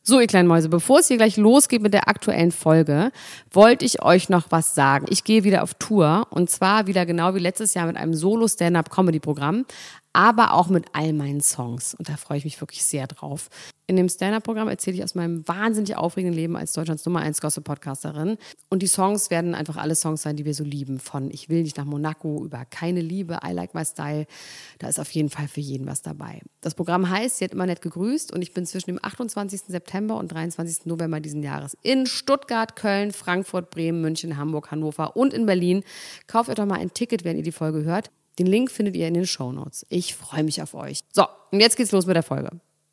So, ihr kleinen Mäuse, bevor es hier gleich losgeht mit der aktuellen Folge, wollte ich euch noch was sagen. Ich gehe wieder auf Tour und zwar wieder genau wie letztes Jahr mit einem Solo-Stand-Up-Comedy-Programm, aber auch mit all meinen Songs. Und da freue ich mich wirklich sehr drauf. In dem Stand-Up-Programm erzähle ich aus meinem wahnsinnig aufregenden Leben als Deutschlands Nummer 1 Gossip-Podcasterin. Und die Songs werden einfach alle Songs sein, die wir so lieben. Von Ich will nicht nach Monaco über Keine Liebe, I Like My Style. Da ist auf jeden Fall für jeden was dabei. Das Programm heißt, Sie hat immer nett gegrüßt und ich bin zwischen dem 28. September und 23. November diesen Jahres in Stuttgart, Köln, Frankfurt, Bremen, München, Hamburg, Hannover und in Berlin. Kauft euch doch mal ein Ticket, wenn ihr die Folge hört. Den Link findet ihr in den Shownotes. Ich freue mich auf euch. So, und jetzt geht's los mit der Folge.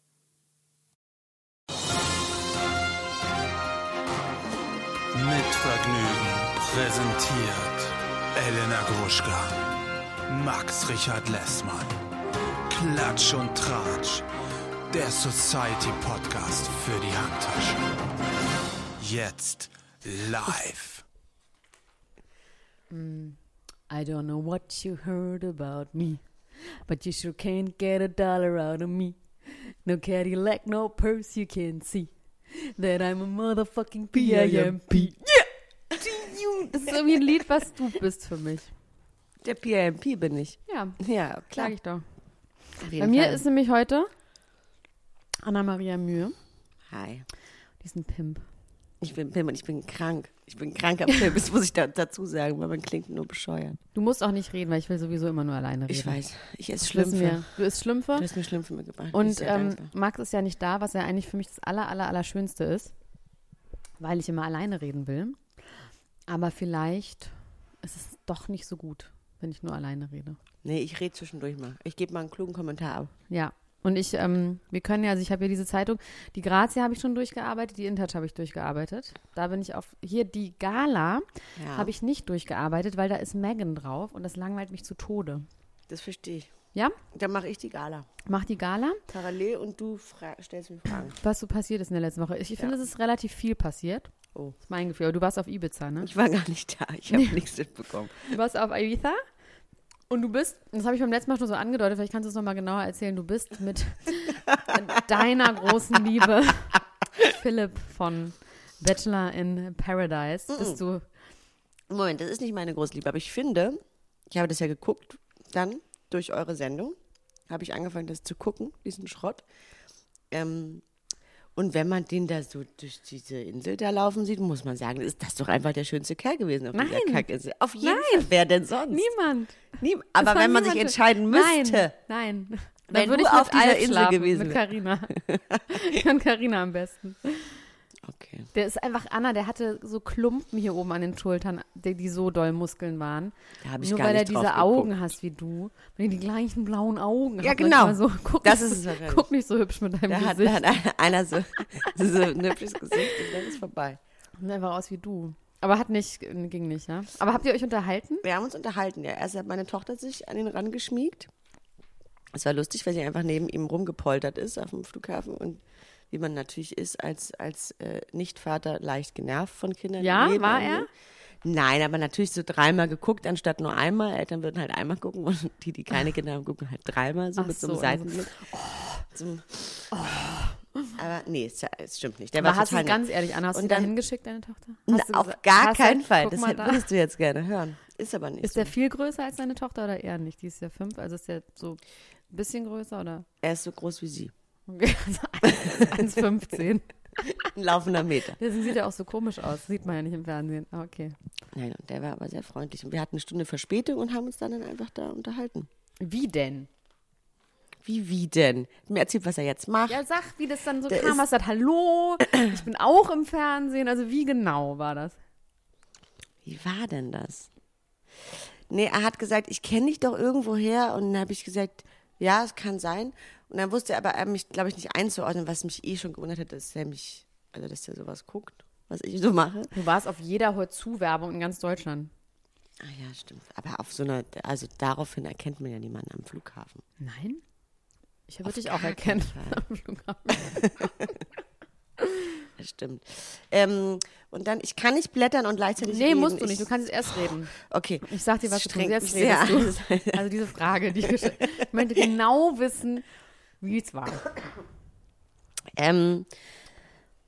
Mit Vergnügen präsentiert Elena Gruschka, Max Richard Lessmann, Klatsch und Tratsch, der Society-Podcast für die Handtasche. Jetzt live. I don't know what you heard about me, but you sure can't get $1 out of me. No Cadillac, no purse, you can't see that I'm a motherfucking PIMP. Yeah! Das ist irgendwie ein Lied, was du bist für mich. Der PIMP bin ich. Ja, Ja, klar. sag ich doch. Auf Bei jeden mir Fall. ist nämlich heute Anna-Maria Mühe. Hi. Die ist ein Pimp. Ich bin Pim und ich bin krank. Ich bin kranker Pim. Das muss ich dazu sagen, weil man klingt nur bescheuert. Du musst auch nicht reden, weil ich will sowieso immer nur alleine reden. Ich weiß. Ich esse Das wissen Schlümpfe. wir. Du isst Schlümpfe. Du hast mir Schlümpfe mitgebracht. Bin ich Und sehr dankbar. Max ist ja nicht da, was ja eigentlich für mich das Allerschönste ist, weil ich immer alleine reden will. Aber vielleicht ist es doch nicht so gut, wenn ich nur alleine rede. Nee, ich rede zwischendurch mal. Ich gebe mal einen klugen Kommentar ab. Ja. Und wir können ja, also ich habe ja diese Zeitung, die Grazia habe ich schon durchgearbeitet, die InTouch habe ich durchgearbeitet. Da bin ich hier die Gala Ja. habe ich nicht durchgearbeitet, weil da ist Megan drauf und das langweilt mich zu Tode. Das verstehe ich. Ja? Dann mache ich die Gala. Mach die Gala. Parallel und du stellst mir Fragen. Was so passiert ist in der letzten Woche. Ich finde, es ist relativ viel passiert. Oh. Das ist mein Gefühl. Aber du warst auf Ibiza, ne? Ich war gar nicht da. Ich habe nichts mitbekommen. Du warst auf Ibiza und du bist, das habe ich beim letzten Mal schon so angedeutet, vielleicht kannst du es nochmal genauer erzählen, du bist mit deiner großen Liebe Philipp von Bachelor in Paradise, bist du, Moment, das ist nicht meine Großliebe, aber ich finde, ich habe das ja geguckt, dann durch eure Sendung, habe ich angefangen, das zu gucken, diesen Schrott. Und wenn man den da so durch diese Insel da laufen sieht, muss man sagen, ist das doch einfach der schönste Kerl gewesen auf dieser Kackinsel. Auf jeden Fall, wer denn sonst? niemand. Aber Es war wenn man sich niemand- entscheiden müsste, Nein. Wenn Dann würde du ich mit auf dieser Alf Insel schlafen, gewesen mit Carina. Ich kann Carina am besten. okay. Der ist einfach, Anna, der hatte so Klumpen hier oben an den Schultern, die so doll Muskeln waren. Da habe ich Nur gar weil er nicht drauf diese geguckt. Augen hast wie du. Wenn die gleichen blauen Augen Ja, hat, genau. manchmal So, guck, Das nicht, ist es wahrscheinlich. guck nicht so hübsch mit deinem Da Gesicht. hat einer so ein hübsches Gesicht und dann ist vorbei. Sieht einfach aus wie du. Aber ging nicht, ja? Aber habt ihr euch unterhalten? Wir haben uns unterhalten, ja. Erst hat meine Tochter sich an ihn rangeschmiegt. Es war lustig, weil sie einfach neben ihm rumgepoltert ist auf dem Flughafen und wie man natürlich ist als Nichtvater leicht genervt von Kindern. Ja, neben war einem. er? Nein, aber natürlich so dreimal geguckt, anstatt nur einmal. Eltern würden halt einmal gucken und die keine Kinder haben, gucken halt dreimal so Ach mit so einem so, also- Seitenblick. Aber nee, es stimmt nicht. Der Aber war hast du total es ganz ehrlich, Anna, hast du Und sie da dann- hingeschickt, deine Tochter? Na, Hast du auf gesagt- gar hast keinen du- Fall. guck Das mal da. würdest du jetzt gerne hören. Ist aber nicht Ist so. der viel größer als deine Tochter oder eher nicht? Die ist ja 5, also ist der so ein bisschen größer oder? Er ist so groß wie sie. Okay, also 1,15. Ein laufender Meter. Deswegen sieht er auch so komisch aus. Sieht man ja nicht im Fernsehen. Ah, okay. Nein, und der war aber sehr freundlich. Und wir hatten eine Stunde Verspätung und haben uns dann einfach da unterhalten. Wie denn? Wie denn? Mir erzählt, was er jetzt macht. Ja, sag, wie das dann so Der kam. ist- Hast gesagt, hallo, ich bin auch im Fernsehen. Also wie genau war das? Wie war denn das? Nee, er hat gesagt, ich kenne dich doch irgendwo her. Und dann habe ich gesagt, ja, es kann sein. Und dann wusste er aber mich, glaube ich, nicht einzuordnen, was mich schon gewundert hat, dass dass er sowas guckt, was ich so mache. Du warst auf jeder Hör-zu-Werbung in ganz Deutschland. Ah ja, stimmt. Aber auf so einer, also daraufhin erkennt man ja niemanden am Flughafen. Nein? Ich würde dich gar auch erkennen. keinen am Flughafen. Das stimmt. Und dann, ich kann nicht blättern und gleichzeitig Nee, reden. musst du nicht. Du kannst jetzt erst reden. Okay. Ich sag dir, was du tust. Strengt Jetzt mich sehr redest du. an. Also diese Frage, die ich möchte genau wissen, wie es war.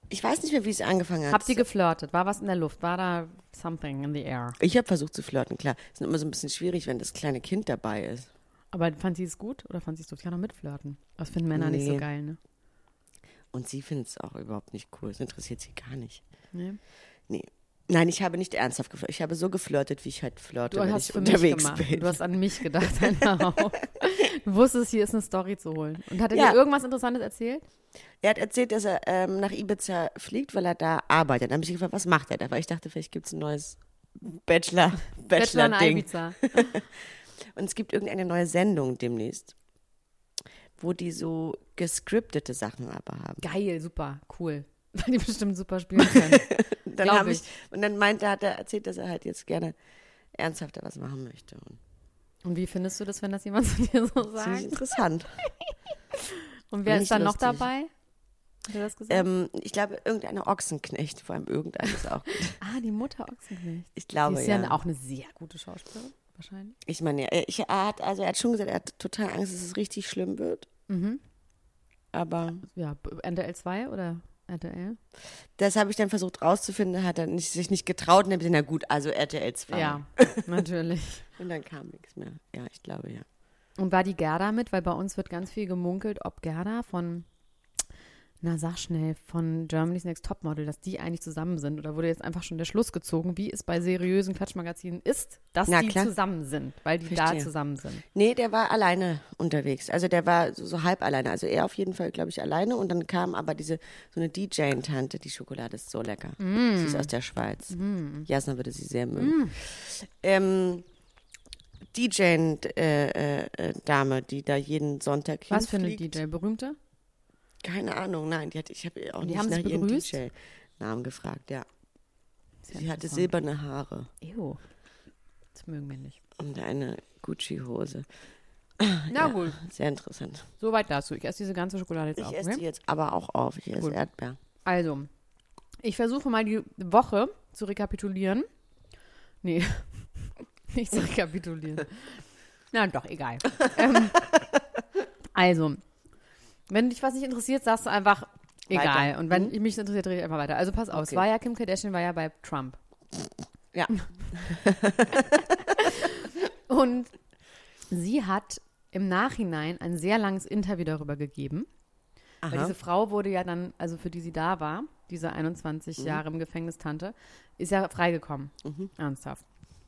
Ich weiß nicht mehr, wie es angefangen hat. Habt ihr geflirtet? War was in der Luft? War da something in the air? Ich habe versucht zu flirten, klar. Es ist immer so ein bisschen schwierig, wenn das kleine Kind dabei ist. Aber fand sie es gut oder fand sie es doof? Ich kann noch mitflirten. Das finden Männer nicht so Nee. geil, ne? Und sie findet es auch überhaupt nicht cool. Es interessiert sie gar nicht. Nee. Nee. Nein, ich habe nicht ernsthaft geflirtet. Ich habe so geflirtet, wie ich halt flirte, Du wenn hast ich für mich unterwegs gemacht. bin. Du hast an mich gedacht. Genau. Du wusstest, hier ist eine Story zu holen. Und hat er Ja. dir irgendwas Interessantes erzählt? Er hat erzählt, dass er nach Ibiza fliegt, weil er da arbeitet. Dann habe ich gefragt, was macht er da? Weil ich dachte, vielleicht gibt es ein neues Bachelor in Bachelor-Ding. Ibiza. Und es gibt irgendeine neue Sendung demnächst, wo die so gescriptete Sachen aber haben. Geil, super, cool. Weil die bestimmt super spielen können. Dann Glaub habe ich. und dann hat er erzählt, dass er halt jetzt gerne ernsthafter was machen möchte. Und Und wie findest du das, wenn das jemand zu dir so das finde ich sagt? interessant. Und wer Nicht ist dann noch lustig. dabei? Hat er das gesagt? Ich glaube, irgendeine Ochsenknecht, vor allem irgendeine ist auch gut. Die Mutter Ochsenknecht. Ich Die glaube, ist ja auch eine sehr gute Schauspielerin, wahrscheinlich. Ich meine, er hat schon gesagt, er hat total Angst, dass es richtig schlimm wird. Mhm. Aber Ja, RTL 2 oder RTL? das habe ich dann versucht rauszufinden, hat er sich nicht getraut und dann habe ich gesagt, na gut, also RTL 2. Ja, natürlich. Und dann kam nichts mehr. Ja, ich glaube, ja. Und war die Gerda mit? Weil bei uns wird ganz viel gemunkelt, ob Gerda von, sag schnell, von Germany's Next Topmodel, dass die eigentlich zusammen sind. Oder wurde jetzt einfach schon der Schluss gezogen, wie es bei seriösen Klatschmagazinen ist, dass Na die klar. zusammen sind, weil die Verstehe. da zusammen sind. Nee, der war alleine unterwegs. Also der war so halb alleine. Also er auf jeden Fall, glaube ich, alleine. Und dann kam aber so eine DJ-Tante, die Schokolade ist so lecker. Sie ist aus der Schweiz. Jasna würde sie sehr mögen. DJ-Dame, die da jeden Sonntag Was für eine hinfliegt. DJ? Berühmte? Keine Ahnung, nein. Ich habe auch Die nicht haben nach sich ihrem begrüßt? DJ-Namen gefragt, ja. Ist ja Sie hatte interessant. silberne Haare Ew. Das mögen wir nicht. und eine Gucci-Hose. Na gut, Sehr interessant. soweit dazu. Ich esse diese ganze Schokolade jetzt Ich auf. esse Okay? die jetzt aber auch auf. Ich esse Gut. Erdbeer. Also, ich versuche mal die Woche zu rekapitulieren. Nee, nicht zu rekapitulieren. Na doch, egal. Also, wenn dich was nicht interessiert, sagst du einfach egal. Weiter. Und wenn mich interessiert, rede ich einfach weiter. Also pass auf, es Okay. war ja Kim Kardashian, war ja bei Trump. Ja. Und sie hat im Nachhinein ein sehr langes Interview darüber gegeben. Weil diese Frau wurde ja dann, also für die sie da war, diese 21 Jahre im Gefängnis Tante, ist ja freigekommen. Ernsthaft.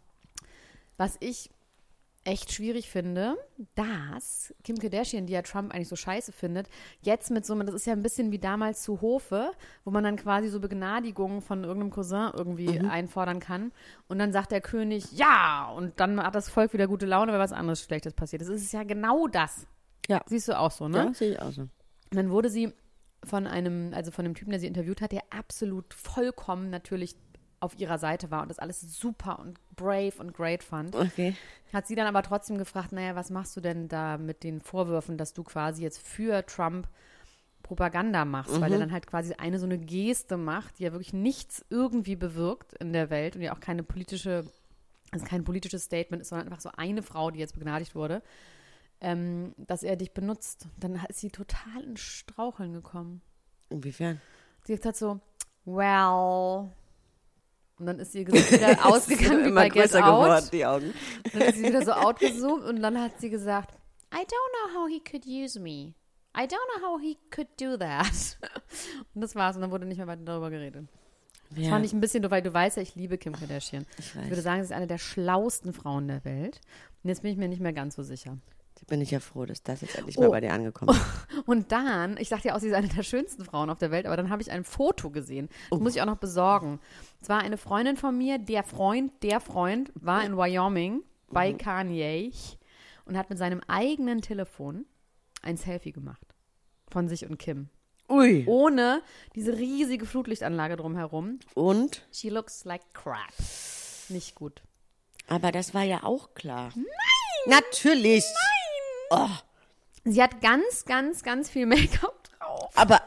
Was ich echt schwierig finde, dass Kim Kardashian, die ja Trump eigentlich so scheiße findet, jetzt mit so, das ist ja ein bisschen wie damals zu Hofe, wo man dann quasi so Begnadigungen von irgendeinem Cousin irgendwie einfordern kann. Und dann sagt der König, ja, und dann hat das Volk wieder gute Laune, weil was anderes Schlechtes passiert ist. Es ist ja genau das. Ja. Siehst du auch so, ne? Ja, sehe ich auch so. Und dann wurde sie von dem Typen, der sie interviewt hat, der absolut vollkommen natürlich auf ihrer Seite war und das alles super und brave und great fand, Okay. hat sie dann aber trotzdem gefragt, naja, was machst du denn da mit den Vorwürfen, dass du quasi jetzt für Trump Propaganda machst, weil er dann halt quasi so eine Geste macht, die ja wirklich nichts irgendwie bewirkt in der Welt und ja auch kein politisches Statement ist, sondern einfach so eine Frau, die jetzt begnadigt wurde, dass er dich benutzt. Dann ist sie total ins Straucheln gekommen. Inwiefern? Sie hat so, well. Und dann ist ihr Gesicht wieder ausgegangen wie Immer bei Get größer geworden, Out. die Augen. Dann ist sie wieder so outgezoomt und dann hat sie gesagt, I don't know how he could use me. I don't know how he could do that. Und das war's. Und dann wurde nicht mehr weiter darüber geredet. Das Ja, fand ich ein bisschen doof, weil du weißt ja, ich liebe Kim Kardashian. ich Ich würde weiß. sagen, sie ist eine der schlauesten Frauen der Welt. Und jetzt bin ich mir nicht mehr ganz so sicher. Da bin ich ja froh, dass das jetzt endlich mal bei dir angekommen ist. Und dann, ich dachte ja auch, sie ist eine der schönsten Frauen auf der Welt, aber dann habe ich ein Foto gesehen. Das muss ich auch noch besorgen. Es war eine Freundin von mir, der Freund war in Wyoming bei Kanye und hat mit seinem eigenen Telefon ein Selfie gemacht. Von sich und Kim. Ui. Ohne diese riesige Flutlichtanlage drumherum. Und? She looks like crap. Nicht gut. Aber das war ja auch klar. Nein! Natürlich! Oh, Sie hat ganz, ganz, ganz viel Make-up drauf. aber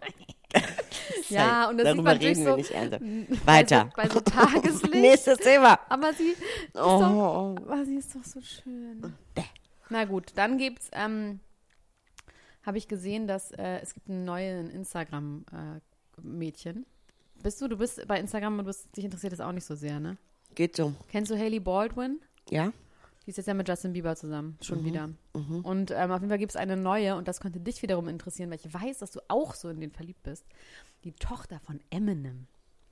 Ja, und das sieht darüber man natürlich reden wir so nicht ernsthaft. Weiter. Bei so Tageslicht. Nächstes Thema. Aber sie ist Oh. doch, aber sie ist doch so schön. Na gut, dann gibt's, habe ich gesehen, dass es gibt einen neuen Instagram Mädchen. Du bist bei Instagram und dich interessiert das auch nicht so sehr, ne? Geht so. Kennst du Hailey Baldwin? Ja? Die ist jetzt ja mit Justin Bieber zusammen, schon wieder. Und auf jeden Fall gibt es eine neue, und das könnte dich wiederum interessieren, weil ich weiß, dass du auch so in den verliebt bist. Die Tochter von Eminem.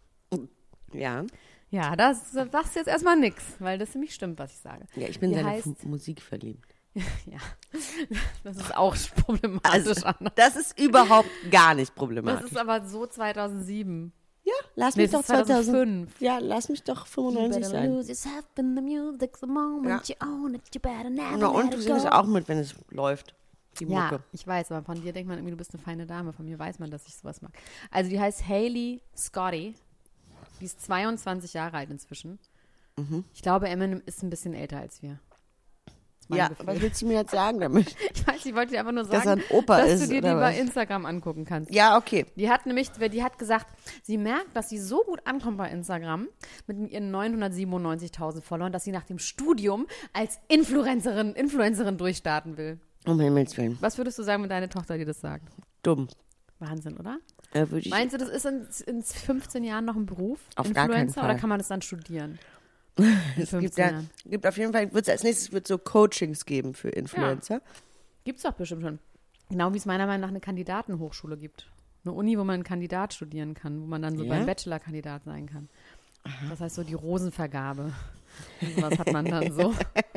Ja. Ja, das sagst jetzt erstmal nix, weil das nämlich stimmt, was ich sage. Ja, ich bin Die seine heißt- Musik verliebt. Ja, das ist auch problematisch. Anna. Das ist überhaupt gar nicht Das problematisch. ist aber so 2007. Ja, lass Nee, mich das doch ist 2005. Ja, lass mich doch 95 sein. yourself in the music the moment Ja. you own it, you better never Na und let du it singst go. auch mit, wenn es läuft. Die Ja, Mucke. ich weiß, aber von dir denkt man irgendwie, du bist eine feine Dame. Von mir weiß man, dass ich sowas mag. Also die heißt Hailey Scotty. Die ist 22 Jahre alt inzwischen. Ich glaube, Eminem ist ein bisschen älter als wir. Das ist mein Ja, Gefühl. was willst du mir jetzt sagen damit? Ich weiß, ich wollte dir einfach nur Dass sagen, er ein Opa dass ist, du dir die oder bei was? Instagram angucken kannst. Ja, okay. Die hat gesagt, sie merkt, dass sie so gut ankommt bei Instagram mit ihren 997.000 Followern, dass sie nach dem Studium als Influencerin durchstarten will. Um Himmels Willen. Was würdest du sagen, wenn deine Tochter dir das sagt? Dumm. Wahnsinn, oder? Würde ich Meinst du, das ist in 15 Jahren noch ein Beruf? Auf gar keinen Influencer? Fall. Oder kann man das dann studieren? In Es 15 gibt, ja, Jahren. gibt auf jeden Fall, als nächstes wird so Coachings geben für Influencer. Gibt's doch bestimmt schon. Genau wie es meiner Meinung nach eine Kandidatenhochschule gibt. Eine Uni, wo man einen Kandidat studieren kann, wo man dann so Ja? beim Bachelor-Kandidat sein kann. Das heißt so die Rosenvergabe. Und was hat man dann so?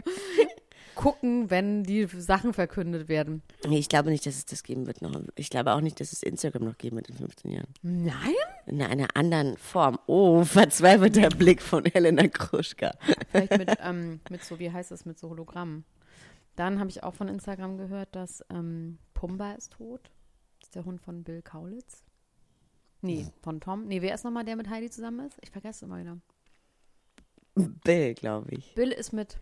Gucken, wenn die Sachen verkündet werden. Nee, ich glaube nicht, dass es das geben wird noch. Ich glaube auch nicht, dass es Instagram noch geben wird in 15 Jahren. Nein? In einer anderen Form. Oh, verzweifelter Blick von Elena Gruschka. Vielleicht mit so, wie heißt das, mit so Hologrammen. Dann habe ich auch von Instagram gehört, dass Pumba ist tot. Das ist der Hund von Bill Kaulitz. Nee, von Tom. Nee, wer ist nochmal der mit Heidi zusammen ist? Ich vergesse es immer wieder. Bill, glaube ich. Bill ist mit,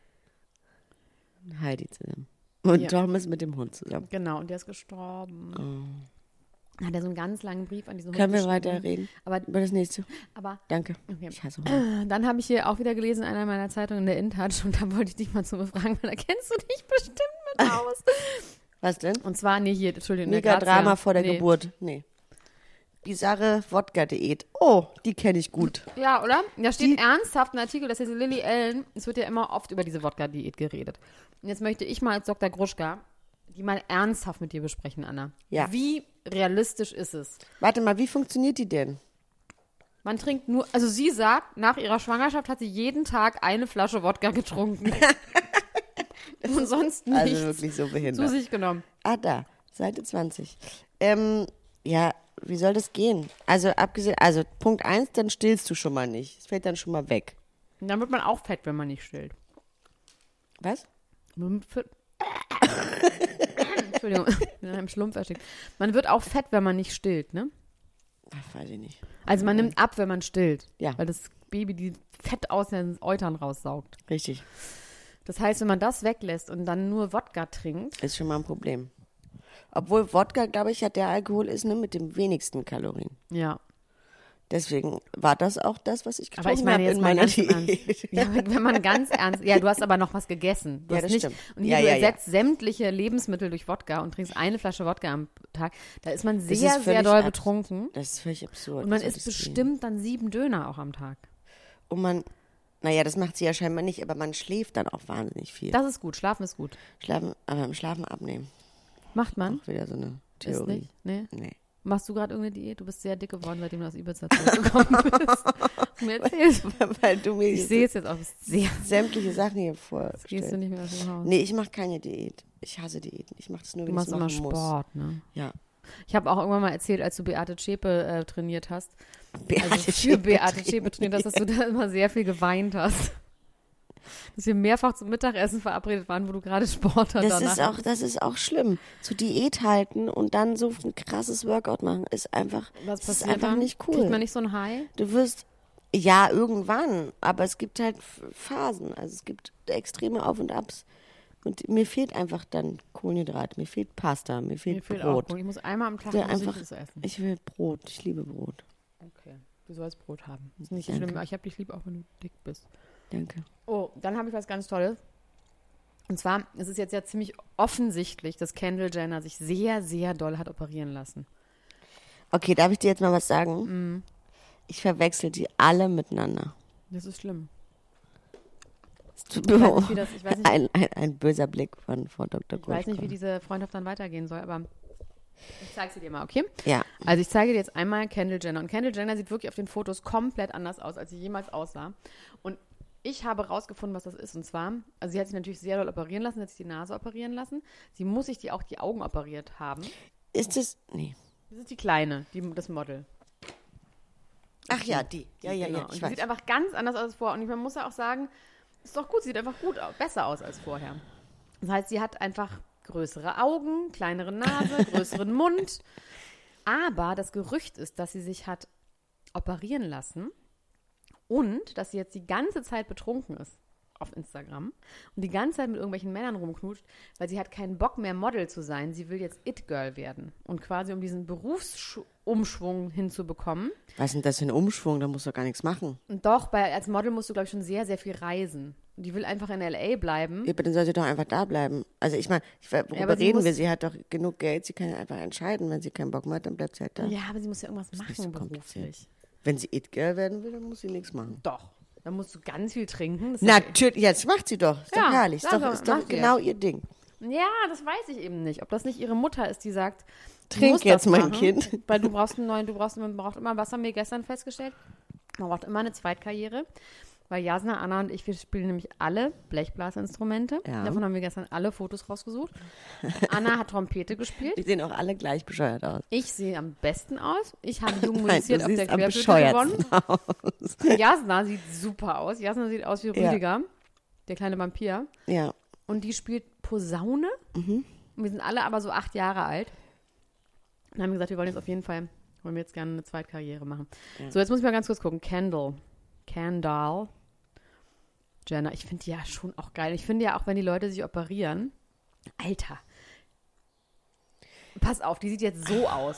Heidi zusammen. Und Ja. Tom ist mit dem Hund zusammen. genau, und der ist gestorben. Hat er so einen ganz langen Brief an diesen Hund Können wir geschrieben. weiterreden? Aber, Über das nächste. aber Danke. okay. Ich hasse Hunde. Dann habe ich hier auch wieder gelesen in einer meiner Zeitungen in der InTouch und da wollte ich dich mal zu befragen, weil da kennst du dich bestimmt mit aus. Was denn? Und zwar, nee, hier, Entschuldigung. in der Mega Grazia. Drama vor der Nee. Geburt. Nee. Bizarre Wodka-Diät. Oh, die kenne ich gut. Ja, oder? Da steht ernsthaft ein Artikel, das heißt Lily Allen, es wird ja immer oft über diese Wodka-Diät geredet. Und jetzt möchte ich mal als Dr. Gruschka die mal ernsthaft mit dir besprechen, Anna. Ja. Wie realistisch ist es? Warte mal, wie funktioniert die denn? Man trinkt nur, also sie sagt, nach ihrer Schwangerschaft hat sie jeden Tag eine Flasche Wodka getrunken. Und sonst nichts Also wirklich so zu behindert. sich genommen. Ah, da. Seite 20. Ja, wie soll das gehen? Also abgesehen, also Punkt 1, dann stillst du schon mal nicht. Es fällt dann schon mal weg. Und dann wird man auch fett, wenn man nicht stillt. Was? Entschuldigung, ich bin in einem Schlumpf erstickt. Man wird auch fett, wenn man nicht stillt, ne? Ach, weiß ich nicht. Also man nimmt ab, wenn man stillt. Ja. Weil das Baby die Fett aus den Eutern raussaugt. Richtig. Das heißt, wenn man das weglässt und dann nur Wodka trinkt, Ist schon mal ein Problem. Obwohl Wodka, glaube ich, der Alkohol ist, ne, mit dem wenigsten Kalorien. ja. Deswegen war das auch das, was ich Aber ich getrunken meine habe jetzt in mal meiner ganz im Diät. Ernst. Ja, wenn man ganz ernst, ja, du hast aber noch was gegessen. Du Ja, hast das nicht, stimmt. Und hier, Ja, du ja, ja. ersetzt sämtliche Lebensmittel durch Wodka und trinkst eine Flasche Wodka am Tag. Da ist man ist sehr, sehr völlig doll abs- betrunken. Das ist völlig absurd. Und man Wie soll isst das gehen? bestimmt dann 7 Döner auch am Tag. Und man, naja, das macht sie ja scheinbar nicht, aber man schläft dann auch wahnsinnig viel. Das ist gut, schlafen ist gut. Aber im Schlafen abnehmen. Macht man? Auch wieder so eine Ist Theorie. nicht? Nee. Nee. Machst du gerade irgendeine Diät? Du bist sehr dick geworden, seitdem du aus Ibiza zurückgekommen bist. Mir erzählst. Weil du mir Ich sehe es jetzt auch. Du bist sehr. sämtliche Sachen hier Gehst du vorstellst. nicht mehr aus dem Haus. Nee, ich mache keine Diät. Ich hasse Diäten. Ich mache das nur, Du wenn ich machst es immer machen muss. Sport, ne? Ja. Ich habe auch irgendwann mal erzählt, als du Beate Zschäpe trainiert hast. Beate Also für Zschäpe Beate Zschäpe trainiert hast, dass du da immer sehr viel geweint hast. Dass wir mehrfach zum Mittagessen verabredet waren, wo du gerade Sport hast. Das ist auch schlimm. Zu Diät halten und dann so ein krasses Workout machen, ist einfach, Was das ist passiert einfach dann? nicht Kriegt cool. man nicht so ein High? Du wirst, ja, irgendwann, aber es gibt halt Phasen. Also es gibt extreme Auf und Abs. Und mir fehlt einfach dann Kohlenhydrat, mir fehlt Pasta, mir fehlt Mir fehlt Brot. auch. Ich muss einmal am Tag Ja, muss einfach- ich das essen. Ich will Brot, ich liebe Brot. Okay. Du sollst Brot haben. Das ist nicht Danke. schlimm. Ich hab dich lieb, auch wenn du dick bist. Danke. Oh, dann habe ich was ganz Tolles. Und zwar, es ist jetzt ja ziemlich offensichtlich, dass Kendall Jenner sich sehr, sehr doll hat operieren lassen. Okay, darf ich dir jetzt mal was sagen? Ich verwechsel die alle miteinander. Das ist schlimm. Es tut mir Ich weiß nicht, ein böser Blick von Frau Dr. ich weiß nicht, wie Gruschka. diese Freundschaft dann weitergehen soll, aber ich zeige sie dir mal, okay? Ja, Also ich zeige dir jetzt einmal Kendall Jenner. Und Kendall Jenner sieht wirklich auf den Fotos komplett anders aus, als sie jemals aussah. Und ich habe rausgefunden, was das ist. Und zwar, also sie hat sich natürlich sehr doll operieren lassen, sie hat sich die Nase operieren lassen. Sie muss sich auch die Augen operiert haben. ist es? Nee. Das ist die Kleine, das Model. Ach ja, die. Ja, Genau. ja, Und ich die weiß. sieht einfach ganz anders aus als vorher. Und man muss ja auch sagen, ist doch gut, sie sieht einfach besser aus als vorher. Das heißt, sie hat einfach größere Augen, kleinere Nase, größeren Mund. Aber das Gerücht ist, dass sie sich hat operieren lassen und dass sie jetzt die ganze Zeit betrunken ist auf Instagram und die ganze Zeit mit irgendwelchen Männern rumknutscht, weil sie hat keinen Bock mehr Model zu sein. Sie will jetzt It-Girl werden. Und quasi um diesen Berufsumschwung hinzubekommen. Was ist denn das für ein Umschwung? Da musst du doch gar nichts machen. Und doch, als Model musst du, glaube ich, schon sehr, sehr viel reisen. Und die will einfach in L.A. bleiben. Ja, aber dann soll sie doch einfach da bleiben. Also ich meine, worüber aber sie reden wir? muss- Sie hat doch genug Geld, sie kann ja einfach entscheiden. Wenn sie keinen Bock mehr hat, dann bleibt sie halt da. Ja, aber sie muss ja irgendwas nicht machen so kompliziert. beruflich. Wenn sie It-Girl werden will, dann muss sie nichts machen. Doch. Da musst du ganz viel trinken. Das Natürlich, jetzt macht sie doch. Ist Ja, doch herrlich. Ist sag doch, doch, ist doch macht sie genau ihr Ding. Ja, das weiß ich eben nicht. Ob das nicht ihre Mutter ist, die sagt, du Trink musst jetzt, das mein machen, Kind. Weil man braucht immer, was haben wir gestern festgestellt? Man braucht immer eine Zweitkarriere. Weil Jasna, Anna und ich, wir spielen nämlich alle Blechblasinstrumente. Ja. Davon haben wir gestern alle Fotos rausgesucht. Anna hat Trompete gespielt. Die sehen auch alle gleich bescheuert aus. Ich sehe am besten aus. Ich habe jung Nein, musiziert du auf der siehst am Querflöte bescheuertsten gewonnen. Jasna sieht super aus. Jasna sieht aus wie Ja. Rüdiger, der kleine Vampir. Ja. Und die spielt Posaune. Und wir sind alle aber so 8 Jahre alt. Und haben gesagt, wir wollen jetzt gerne eine Zweitkarriere machen. Ja. So, jetzt muss ich mal ganz kurz gucken. Kendall Jenner. Ich finde die ja schon auch geil. Ich finde ja auch, wenn die Leute sich operieren. Alter. Pass auf, die sieht jetzt so aus.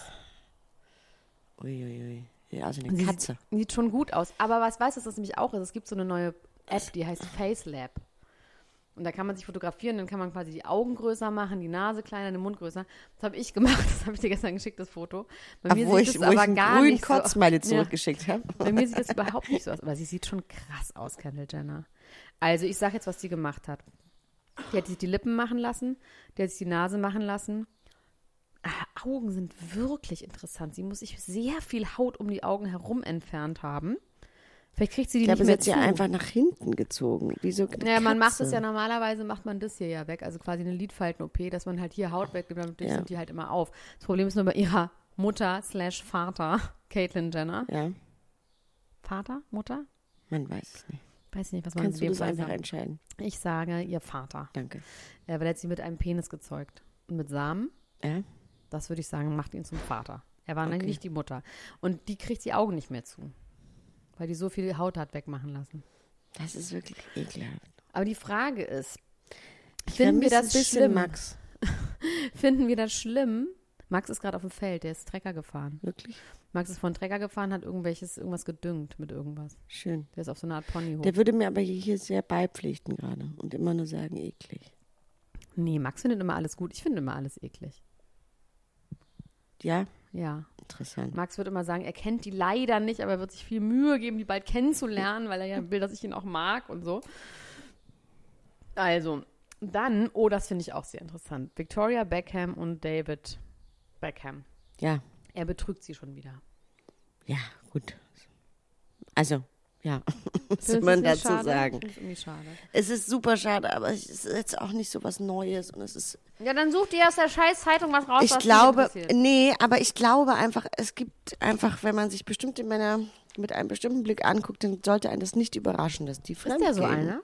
Uiuiui. Ja, also Und eine sie Katze. Sieht schon gut aus. Aber was weißt du, was das nämlich auch ist? Es gibt so eine neue App, die heißt FaceLab. Und da kann man sich fotografieren, dann kann man quasi die Augen größer machen, die Nase kleiner, den Mund größer. Das habe ich gemacht, das habe ich dir gestern geschickt, das Foto. Bei mir Wo sieht ich es aber einen gar grünen nicht so Kotzsmiley Ja. zurückgeschickt habe. Bei mir sieht das überhaupt nicht so aus. Aber sie sieht schon krass aus, Kendall Jenner. Also ich sage jetzt, was sie gemacht hat. Die hat sich die Lippen machen lassen, die hat sich die Nase machen lassen. Augen sind wirklich interessant. Sie muss sich sehr viel Haut um die Augen herum entfernt haben. Vielleicht kriegt sie die Ich glaube, nicht sie mehr hat sie zu. einfach nach hinten gezogen. Wie so eine Ja, man macht Katze. es ja normalerweise, macht man das hier ja weg. Also quasi eine Lidfalten-OP, dass man halt hier Haut wegnimmt, damit Ja. sind die halt immer auf. Das Problem ist nur bei ihrer Mutter/Vater, Caitlyn Jenner. Ja, Vater? Mutter? man weiß es nicht. Weiß nicht, was man Kannst in du dem das Fall einfach sagt. entscheiden? Ich sage ihr Vater. Danke. Weil er hat sie mit einem Penis gezeugt. Und mit Samen, Ja? das würde ich sagen, macht ihn zum Vater. Er war Okay. nicht die Mutter. Und die kriegt die Augen nicht mehr zu. Weil die so viel Haut hat wegmachen lassen. Das ist wirklich ekelhaft. Aber die Frage ist, Ich finden wir vermisse das ein bisschen schlimm? Max. Finden wir das schlimm? Max ist gerade auf dem Feld, der ist Trecker gefahren. Wirklich? Max ist von Trecker gefahren, hat irgendwas gedüngt mit irgendwas. Schön. Der ist auf so eine Art Ponyhof. Der würde mir aber hier sehr beipflichten gerade und immer nur sagen, eklig. Nee, Max findet immer alles gut. Ich finde immer alles eklig. Ja? Ja. Interessant. Max wird immer sagen, er kennt die leider nicht, aber er wird sich viel Mühe geben, die bald kennenzulernen, weil er ja will, dass ich ihn auch mag und so. Also, dann, das finde ich auch sehr interessant. Victoria Beckham und David Beckham. Ja. Er betrügt sie schon wieder. Ja, gut. Also, ja. Was Findest soll du man es nicht dazu schade? sagen? Ich finde es irgendwie schade. Es ist super schade, aber es ist jetzt auch nicht so was Neues und es ist Ja, dann such dir aus der scheiß Zeitung was raus, ich was dich glaube, interessiert. nee, aber ich glaube einfach, es gibt einfach, wenn man sich bestimmte Männer mit einem bestimmten Blick anguckt, dann sollte einen das nicht überraschen, dass die Ist fremdgehen. der so einer?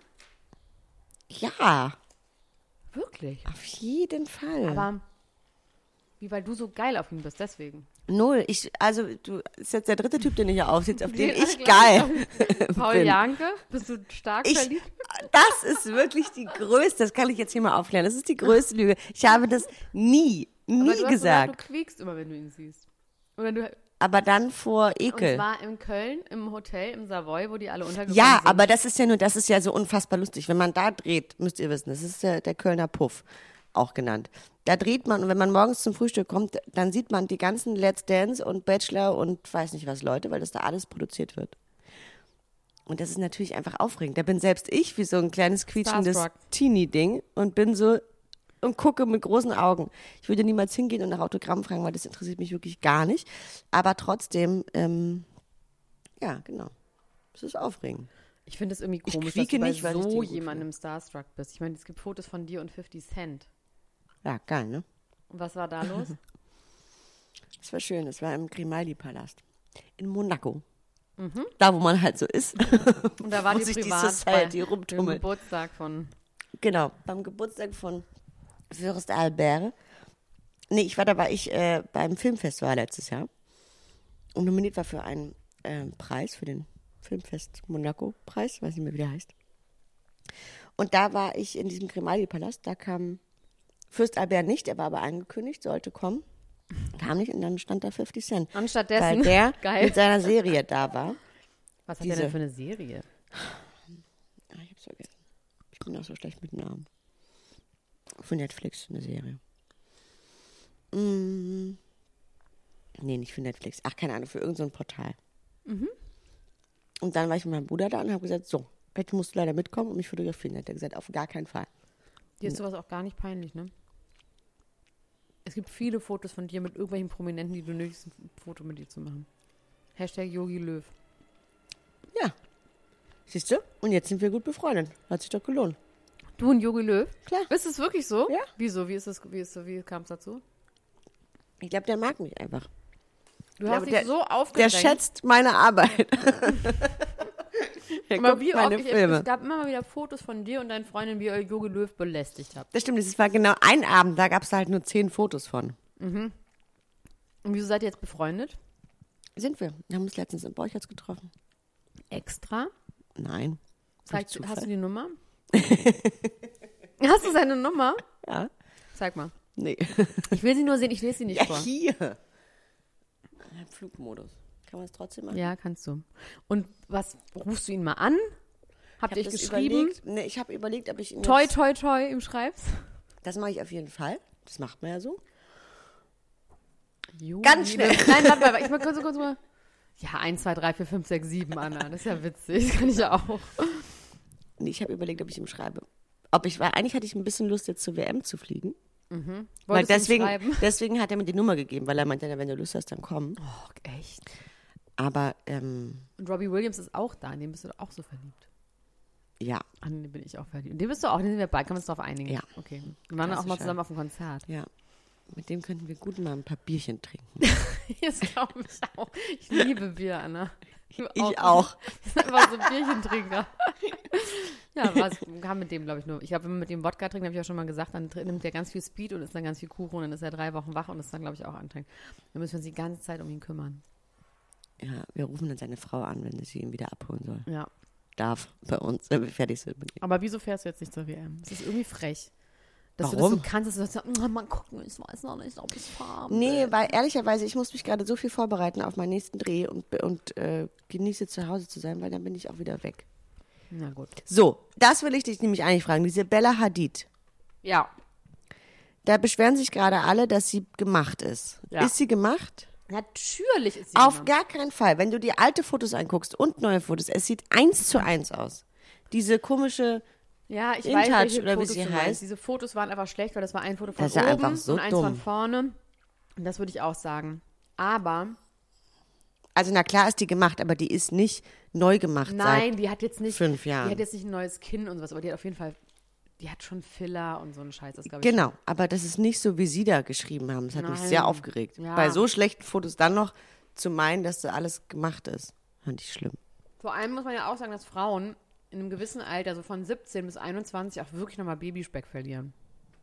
Ja, Wirklich? auf jeden Fall. Aber weil du so geil auf ihn bist, deswegen. Null. Du ist jetzt der dritte Typ, den ich hier aufsitze, auf den Den ich alle geil Paul bin. Janke, bist du stark verliebt? Das ist wirklich die größte, das kann ich jetzt hier mal aufklären, das ist die größte Lüge. Ich habe das nie Aber du hast gesagt. du quiekst immer, wenn du ihn siehst. Und Aber dann vor Ekel. zwar in Köln, im Hotel, im Savoy, wo die alle untergekommen Ja, sind. aber das ist ja so unfassbar lustig. Wenn man da dreht, müsst ihr wissen, das ist der Kölner Puff. auch genannt. Da dreht man, und wenn man morgens zum Frühstück kommt, dann sieht man die ganzen Let's Dance und Bachelor und weiß nicht was Leute, weil das da alles produziert wird. Und das ist natürlich einfach aufregend. Da bin selbst ich wie so ein kleines quietschendes Starstruck. Teenie-Ding und bin so und gucke mit großen Augen. Ich würde niemals hingehen und nach Autogramm fragen, weil das interessiert mich wirklich gar nicht. Aber trotzdem, ja, genau. Es ist aufregend. Ich finde es irgendwie komisch, dass quieke du bei nicht, weil ich den so gut jemandem starstruck bist. Ich meine, es gibt Fotos von dir und 50 Cent. Ja, geil, ne? Und was war da los? Das war schön. Das war im Grimaldi-Palast in Monaco. Da, wo man halt so ist. Und da war Wo die sich die privat Society bei rumtummelt. dem Geburtstag von... Genau, beim Geburtstag von Fürst Albert. Nee, da war ich beim Filmfestival letztes Jahr und nominiert war für einen Preis, für den Filmfest Monaco-Preis, weiß nicht mehr, wie der heißt. Und da war ich in diesem Grimaldi-Palast, da kam Fürst Albert nicht, er war aber angekündigt, sollte kommen. Kam nicht und dann stand da 50 Cent. Anstattdessen, Weil der geil. mit seiner Serie da war. Was hat der denn für eine Serie? Ich hab's vergessen. Ich bin auch so schlecht mit Namen. Für Netflix eine Serie. Nee, nicht für Netflix. Ach, keine Ahnung, für irgendein so ein Portal. Und dann war ich mit meinem Bruder da und habe gesagt, so, jetzt musst du leider mitkommen und mich fotografieren. Hat er gesagt, auf gar keinen Fall. Dir ist sowas auch gar nicht peinlich, ne? Es gibt viele Fotos von dir mit irgendwelchen Prominenten, die du nötigst, ein Foto mit dir zu machen. Hashtag Yogi Löw. Ja. Siehst du? Und jetzt sind wir gut befreundet. Hat sich doch gelohnt. Du und Yogi Löw? Klar. Ist es wirklich so? Ja. Wieso? Wie kam es dazu? Ich glaube, der mag mich einfach. Du glaube, hast dich der- so Der aufgedrängt. schätzt meine Arbeit. Der Aber guckt wie meine oft, Filme. es gab immer mal wieder Fotos von dir und deinen Freundin, wie ihr Yogi Löw belästigt habt. Das stimmt, das war genau ein Abend, da gab es halt nur 10 Fotos von. Und wieso seid ihr jetzt befreundet? Sind wir. Wir haben uns letztens in Borchertz getroffen. Extra? Nein. Hast Zufall. du die Nummer? Hast du seine Nummer? Ja. Zeig mal. Nee. Ich will sie nur sehen, ich lese sie nicht Ja, vor. hier. Flugmodus. Kann man es trotzdem machen? Ja, kannst du. Und was, rufst du ihn mal an? Habt ihr Ich euch hab das geschrieben? überlegt. Nee, ich habe überlegt, ob ich ihn Toi, jetzt, toi, toi, ihm schreibst? das mache ich auf jeden Fall. Das macht man ja so. Yogi Ganz schnell. Löw. Nein, warte mal, ich mal kurz mal. Ja, 1, 2, 3, 4, 5, 6, 7, Anna. Das ist ja witzig. Das kann ich ja auch. Nee, ich habe überlegt, ob ich ihm schreibe. Weil eigentlich hatte ich ein bisschen Lust, jetzt zur WM zu fliegen. Weil Wolltest du ihm deswegen, schreiben? deswegen hat er mir die Nummer gegeben, weil er meinte, wenn du Lust hast, dann komm. Oh, echt? Aber, Und Robbie Williams ist auch da. In den bist du auch so verliebt. ja, An den bin ich auch verliebt. In den bist du auch. Den sind wir beide. Kann man uns darauf einigen? Ja. Okay. Wir waren dann auch mal Klassischer. zusammen auf dem Konzert. ja. Mit dem könnten wir gut mal ein paar Bierchen trinken. Das glaube ich auch. Ich liebe Bier, Anna. Ich auch. Ich bin einfach so ein Bierchentrinker. Ja, was kam mit dem, glaube ich, nur. Ich glaube, wenn man mit dem Wodka trinkt, habe ich ja schon mal gesagt, dann nimmt er ganz viel Speed und isst dann ganz viel Kuchen und dann ist er 3 Wochen wach und ist dann, glaube ich, auch anstrengend. Dann müssen wir uns die ganze Zeit um ihn kümmern. Ja, wir rufen dann seine Frau an, wenn sie ihn wieder abholen soll. Ja. Darf bei uns, wenn wir fertig sind mit ihm. Aber wieso fährst du jetzt nicht zur WM? Das ist irgendwie frech. Dass du Warum? das so kannst, dass du sagst, mal gucken, ich weiß noch nicht, ob ich fahren Nee, will. weil ehrlicherweise, ich muss mich gerade so viel vorbereiten auf meinen nächsten Dreh und genieße zu Hause zu sein, weil dann bin ich auch wieder weg. Na gut. So, das will ich dich nämlich eigentlich fragen. Diese Bella Hadid, Ja. da beschweren sich gerade alle, dass sie gemacht ist. Ja. Ist sie gemacht? Natürlich ist sie Auf gemacht. gar keinen Fall. Wenn du dir alte Fotos anguckst und neue Fotos, es sieht 1:1 aus. Diese komische, Ja, ich InTouch weiß, welche oder wie Fotos sie du meinst. heißt. Diese Fotos waren einfach schlecht, weil das war ein Foto von Das ist ja oben einfach so und eins dumm. von vorne. Und das würde ich auch sagen. Aber, also na klar ist die gemacht, aber die ist nicht neu gemacht nein, seit die hat jetzt nicht 5 Jahren. Die hat jetzt nicht ein neues Kinn und sowas, aber die hat auf jeden Fall, die hat schon Filler und so einen Scheiß. Das glaube ich. Genau, aber das ist nicht so, wie sie da geschrieben haben. Das hat mich Nein. sehr aufgeregt. Ja. Bei so schlechten Fotos dann noch zu meinen, dass da alles gemacht ist, fand ich schlimm. Vor allem muss man ja auch sagen, dass Frauen in einem gewissen Alter, so von 17 bis 21, auch wirklich nochmal Babyspeck verlieren.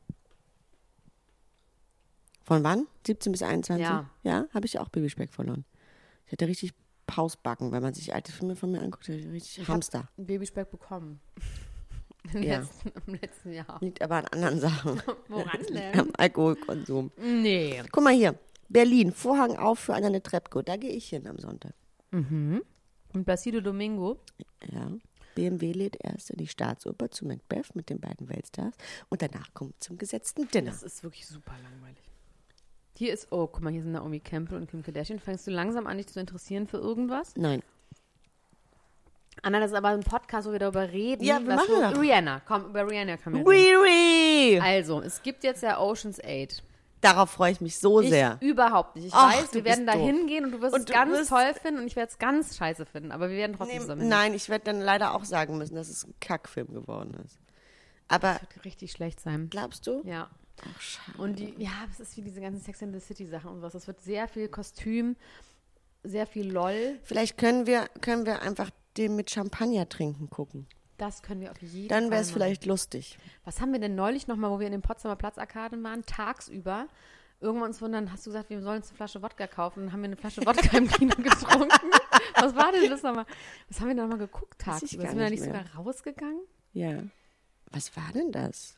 Von wann? 17 bis 21? Ja. Ja, habe ich auch Babyspeck verloren. Ich hatte richtig Pausbacken, wenn man sich alte Filme von mir anguckt, hatte ich richtig Hamster. Einen Babyspeck bekommen. Im Ja. letzten Jahr. Liegt aber an anderen Sachen. Woran denn? Am Alkoholkonsum. Nee. Guck mal hier, Berlin, Vorhang auf für Annette Trepko. Da gehe ich hin am Sonntag. Und Placido Domingo. Ja. BMW lädt erst in die Staatsoper zu Macbeth mit den beiden Weltstars und danach kommt zum gesetzten Dinner. Das ist wirklich super langweilig. Hier ist, oh, guck mal, hier sind Naomi Campbell und Kim Kardashian. Fängst du langsam an, dich zu interessieren für irgendwas? Nein. Anna, das ist aber ein Podcast, wo wir darüber reden. Ja, wir machen das. Rihanna, komm, über Rihanna können wir reden. Riri! Also, es gibt jetzt ja Ocean's 8. Darauf freue ich mich so sehr. Ich überhaupt nicht. Ich Ach, weiß, wir du werden da bist doof. hingehen und du wirst Und es du ganz wirst- toll finden und ich werde es ganz scheiße finden. Aber wir werden trotzdem zusammen. Nein, ich werde dann leider auch sagen müssen, dass es ein Kackfilm geworden ist. Aber Das wird richtig schlecht sein. glaubst du? Ja. Ach, schade. Und es ist wie diese ganzen Sex and the City Sachen und was. Es wird sehr viel Kostüm, sehr viel LOL. Vielleicht können wir einfach den mit Champagner trinken gucken. Das können wir auf jeden Fall Dann wäre es machen. vielleicht lustig. Was haben wir denn neulich nochmal, wo wir in den Potsdamer Platzarkaden waren, tagsüber? Irgendwann uns wundern, hast du gesagt, wir sollen uns eine Flasche Wodka kaufen. Dann haben wir eine Flasche Wodka im Kino getrunken. Was war denn das nochmal? Was haben wir denn nochmal geguckt Weiß ich tagsüber? gar Sind wir da nicht nicht mehr. sogar rausgegangen? Ja. Was war denn das?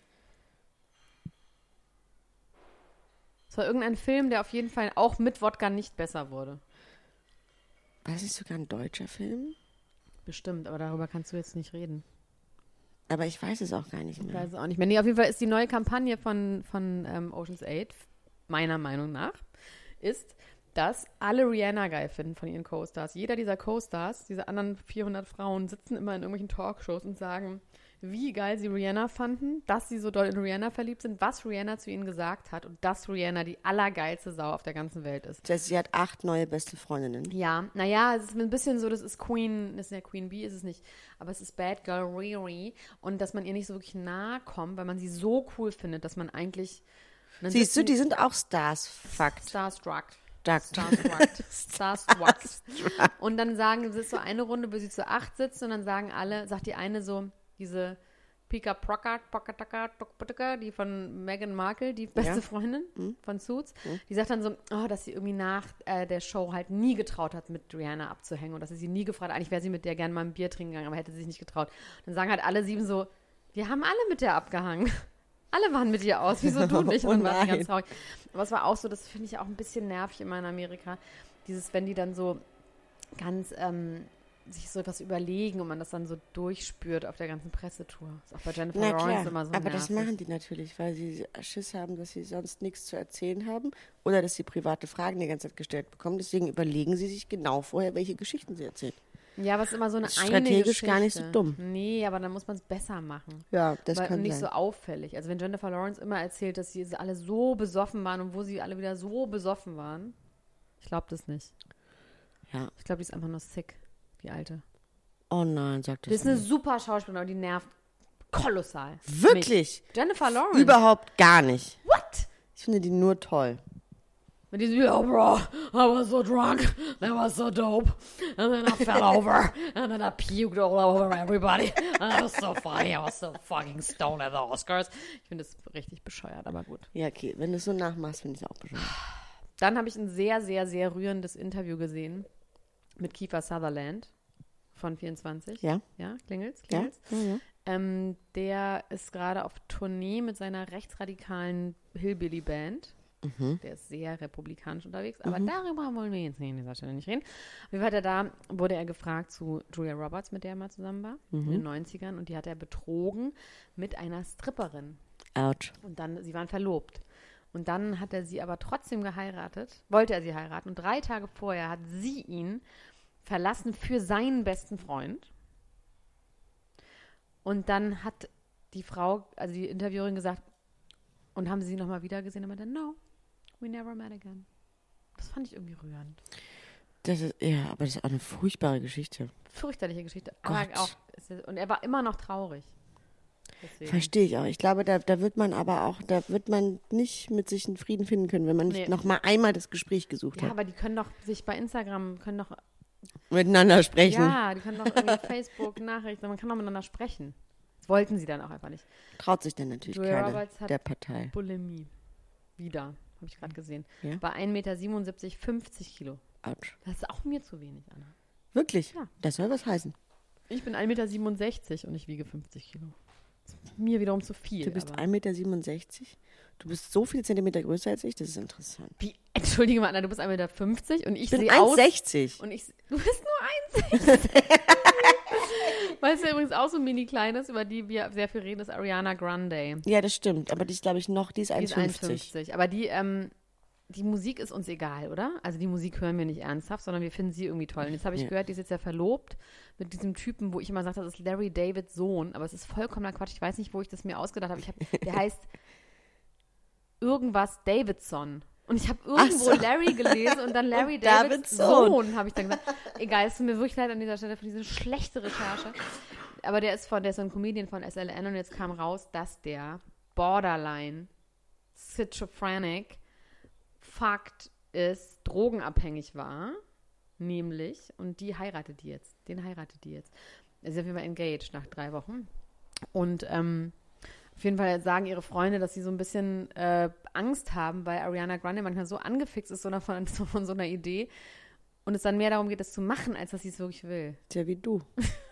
Es war irgendein Film, der auf jeden Fall auch mit Wodka nicht besser wurde. War das nicht sogar ein deutscher Film? Bestimmt, aber darüber kannst du jetzt nicht reden. Aber ich weiß es auch gar nicht Ich mehr. weiß es auch nicht mehr. Nee, auf jeden Fall ist die neue Kampagne von Ocean's 8, meiner Meinung nach, ist, dass alle Rihanna geil finden von ihren Co-Stars. Jeder dieser Co-Stars, diese anderen 400 Frauen, sitzen immer in irgendwelchen Talkshows und sagen, wie geil sie Rihanna fanden, dass sie so doll in Rihanna verliebt sind, was Rihanna zu ihnen gesagt hat und dass Rihanna die allergeilste Sau auf der ganzen Welt ist. Das heißt, sie hat 8 neue beste Freundinnen. Ja, naja, es ist ein bisschen so, das ist ja Queen Bee, ist es nicht, aber es ist Bad Girl Riri und dass man ihr nicht so wirklich nahe kommt, weil man sie so cool findet, dass man eigentlich... Siehst du, die sind auch Stars. Fakt. Starstruck. Duck. Starstruck. Und dann sagen, es ist so eine Runde, wo sie zu 8 sitzen und dann sagt die eine so, diese Pika Prokat, die von Meghan Markle, die beste Ja. Freundin von Suits, die sagt dann so, dass sie irgendwie nach der Show halt nie getraut hat, mit Rihanna abzuhängen und dass sie nie gefragt hat, eigentlich wäre sie mit der gerne mal ein Bier trinken gegangen, aber hätte sie sich nicht getraut. Dann sagen halt alle 7 so, wir haben alle mit der abgehangen. Alle waren mit ihr aus, wieso du nicht? Und dann war sie ganz traurig. Aber es war auch so, das finde ich auch ein bisschen nervig immer in Amerika, wenn die dann so ganz sich so etwas überlegen und man das dann so durchspürt auf der ganzen Pressetour. Das ist auch bei Jennifer Na Lawrence klar, immer so aber nervig. das machen die natürlich, weil sie Schiss haben, dass sie sonst nichts zu erzählen haben oder dass sie private Fragen die ganze Zeit gestellt bekommen. Deswegen überlegen sie sich genau vorher, welche Geschichten sie erzählen. Ja, aber es ist immer so eine Das ist eine strategisch Geschichte. gar nicht so dumm. Nee, aber dann muss man es besser machen. Ja, das Weil, kann und nicht sein. so auffällig. Also wenn Jennifer Lawrence immer erzählt, dass sie alle so besoffen waren und wo sie alle wieder so besoffen waren, ich glaube das nicht. Ja. Ich glaube, die ist einfach nur sick, die Alte. Oh nein, sagt Das das ist eine nicht. super Schauspielerin, aber die nervt kolossal. Wirklich? Mich. Jennifer Lawrence. Überhaupt gar nicht. What? Ich finde die nur toll. Mit diesem, yeah, bro, I was so drunk, that was so dope, and then I fell over, and then I puked all over everybody, and it was so funny, I was so fucking stoned at the Oscars. Ich finde das richtig bescheuert, aber gut. Ja, okay. Wenn du es so nachmachst, finde ich es auch bescheuert. Dann habe ich ein sehr, sehr, sehr rührendes Interview gesehen mit Kiefer Sutherland von 24. Ja? Ja, klingelt's? Ja? Klingelt's? Ja. Der ist gerade auf Tournee mit seiner rechtsradikalen Hillbilly-Band. Der ist sehr republikanisch unterwegs, aber darüber wollen wir jetzt hier an dieser Stelle nicht reden. Wie war der da? Wurde er gefragt zu Julia Roberts, mit der er mal zusammen war, in den 90ern, und die hat er betrogen mit einer Stripperin. Ouch. Und dann, sie waren verlobt. Und dann hat er sie aber trotzdem wollte er sie heiraten. Und 3 Tage vorher hat sie ihn verlassen für seinen besten Freund. Und dann hat die Frau, also die Interviewerin, gesagt, und haben sie nochmal wieder gesehen? Und meinte, no, we never met again. Das fand ich irgendwie rührend. Das ist, ja, aber das ist auch eine furchtbare Geschichte. Fürchterliche Geschichte. Aber Gott. auch, und er war immer noch traurig. Deswegen. Verstehe ich auch. Ich glaube, da wird man nicht mit sich in Frieden finden können, wenn man nicht Nee. noch mal einmal das Gespräch gesucht Ja, hat. aber die können doch sich bei Instagram, Miteinander sprechen. ja, die können doch irgendwie Facebook-Nachrichten, man kann doch miteinander sprechen. Das wollten sie dann auch einfach nicht. Traut sich dann natürlich Julia keiner Roberts hat der Partei. Bulimie. Wieder, habe ich gerade gesehen. Ja? Bei 1,77 Meter, 50 Kilo. Autsch. Das ist auch mir zu wenig, Anna. Wirklich? Ja. Das soll was heißen. Ich bin 1,67 Meter und ich wiege 50 Kilo. Das ist mir wiederum zu viel. Du bist aber 1,67 Meter. Du bist so viel Zentimeter größer als ich, das ist interessant. Wie? Entschuldige mal, Anna, du bist 1,50 Meter und ich Ich bin sehe aus... 1,60. Und du bist nur 1,60. Weißt du, übrigens auch so ein mini-kleines, über die wir sehr viel reden, ist Ariana Grande. Ja, das stimmt. Aber die ist, glaube ich, die ist Die ist 1,50. 1,50. Aber die Musik ist uns egal, oder? Also die Musik hören wir nicht ernsthaft, sondern wir finden sie irgendwie toll. Und jetzt habe ich gehört, die ist jetzt ja verlobt mit diesem Typen, wo ich immer sage, das ist Larry Davids Sohn. Aber es ist vollkommener Quatsch. Ich weiß nicht, wo ich das mir ausgedacht habe. Der heißt irgendwas Davidson. Und ich habe irgendwo Larry gelesen und dann Larry Davids Sohn, habe ich dann gesagt. Egal, es tut mir wirklich leid an dieser Stelle für diese schlechte Recherche. Aber der ist so ein Comedian von SLN und jetzt kam raus, dass der borderline schizophrenic Fakt ist, drogenabhängig war, nämlich, und den heiratet die jetzt. Er ist auf jeden Fall engaged nach 3 Wochen. Und auf jeden Fall sagen ihre Freunde, dass sie so ein bisschen Angst haben, weil Ariana Grande manchmal so angefixt ist von so einer Idee und es dann mehr darum geht, das zu machen, als dass sie es wirklich will. Tja, wie du.